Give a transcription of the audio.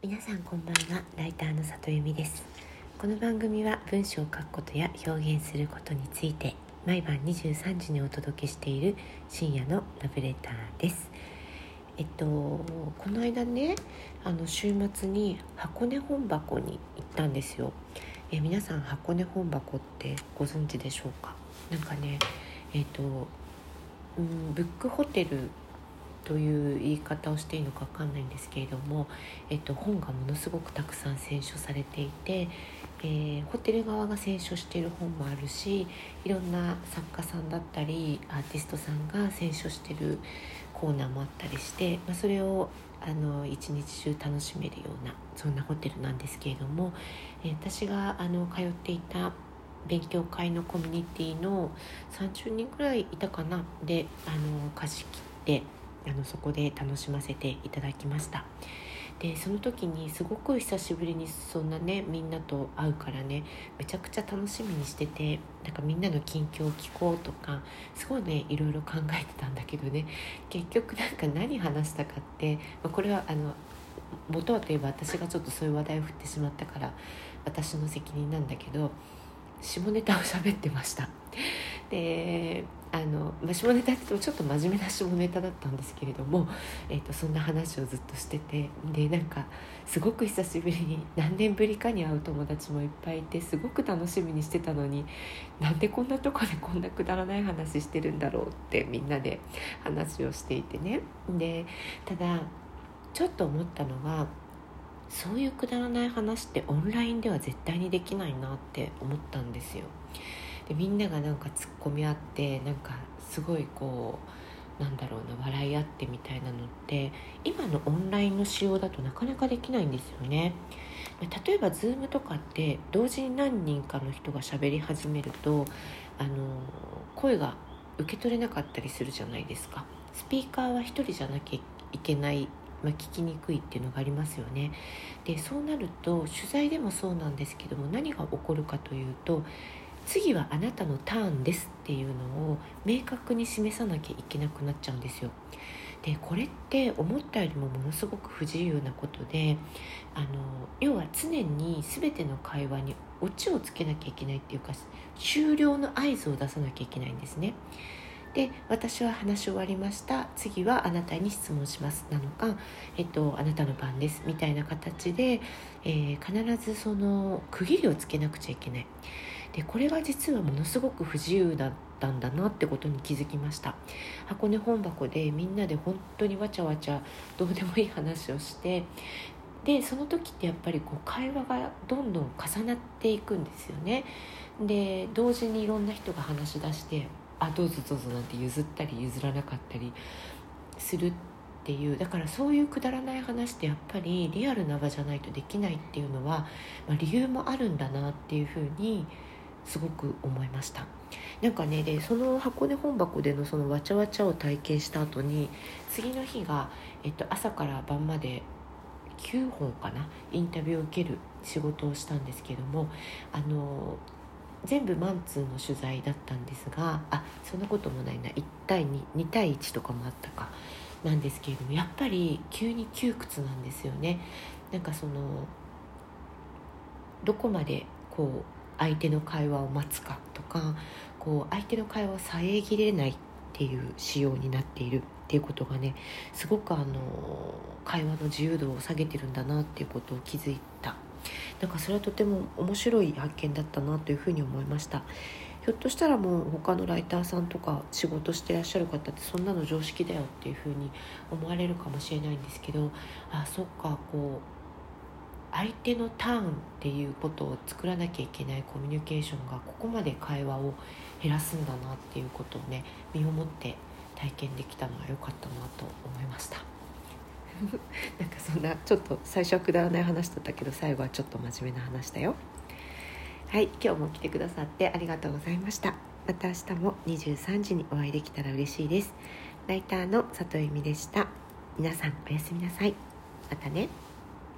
皆さんこんばんは。ライターの里由美です。この番組は文章を書くことや表現することについて毎晩23時にお届けしている深夜のラブレターです。この間ね、週末に箱根本箱に行ったんですよ。皆さん箱根本箱ってご存知でしょうか？なんかね、ブックホテルという言い方をしていいのか分かんないんですけれども、本がものすごくたくさん選書されていて、ホテル側が選書している本もあるし、いろんな作家さんだったりアーティストさんが選書しているコーナーもあったりして、それを一日中楽しめるようなそんなホテルなんですけれども、私が通っていた勉強会のコミュニティの30人くらいいたかなで貸し切ってそこで楽しませていただきました。でその時にすごく久しぶりにそんなねみんなと会うからね、めちゃくちゃ楽しみにしてて、なんかみんなの近況を聞こうとかすごいねいろいろ考えてたんだけどね、結局なんか何話したかって、これは元はといえば私がちょっとそういう話題を振ってしまったから私の責任なんだけど、下ネタを喋ってました。で下ネタって言ってもちょっと真面目な下ネタだったんですけれども、そんな話をずっとしてて、でなんかすごく久しぶりに何年ぶりかに会う友達もいっぱいいて、すごく楽しみにしてたのに、なんでこんなとこでこんなくだらない話してるんだろうってみんなで話をしていてね。でただちょっと思ったのが、そういうくだらない話ってオンラインでは絶対にできないなって思ったんですよ。でみんながなんか突っ込み合って、なんかすごいこう笑い合ってみたいなのって今のオンラインの仕様だとなかなかできないんですよね。例えば Zoom とかって同時に何人かの人が喋り始めると声が受け取れなかったりするじゃないですか。スピーカーは一人じゃなきゃいけない、聞きにくいっていうのがありますよね。でそうなると取材でもそうなんですけども、何が起こるかというと、次はあなたのターンですっていうのを明確に示さなきゃいけなくなっちゃうんですよ。でこれって思ったよりもものすごく不自由なことで、要は常に全ての会話にオチをつけなきゃいけないっていうか、終了の合図を出さなきゃいけないんですね。で私は話し終わりました、次はあなたに質問しますなのか、あなたの番ですみたいな形で、必ずその区切りをつけなくちゃいけない。でこれは実はものすごく不自由だったんだなってことに気づきました。箱根本箱でみんなで本当にわちゃわちゃどうでもいい話をして、でその時ってやっぱりこう会話がどんどん重なっていくんですよね。で同時にいろんな人が話し出して、どうぞどうぞなんて譲ったり譲らなかったりするっていう、だからそういうくだらない話ってやっぱりリアルな場じゃないとできないっていうのは、理由もあるんだなっていうふうにすごく思いました。なんかね、でその箱根本箱でのそのわちゃわちゃを体験した後に、次の日が、朝から晩まで9本かなインタビューを受ける仕事をしたんですけども、全部マンツーの取材だったんですが、そんなこともないな、1対2、2対1とかもあったかなんですけれども、やっぱり急に窮屈なんですよね。なんかそのどこまでこう相手の会話を待つかとか、こう相手の会話を遮れないっていう仕様になっているっていうことがね、すごく会話の自由度を下げてるんだなっていうことを気づいた。なんかそれはとても面白い発見だったなというふうに思いました。ひょっとしたらもう他のライターさんとか仕事してらっしゃる方ってそんなの常識だよっていうふうに思われるかもしれないんですけど、そっか、こう相手のターンっていうことを作らなきゃいけないコミュニケーションがここまで会話を減らすんだなっていうことをね、身をもって体験できたのは良かったなと思いました。なんかそんなちょっと最初はくだらない話だったけど、最後はちょっと真面目な話だよ。はい、今日も来てくださってありがとうございました。また明日も23時にお会いできたら嬉しいです。ライターの里由美でした。皆さんおやすみなさい。またね。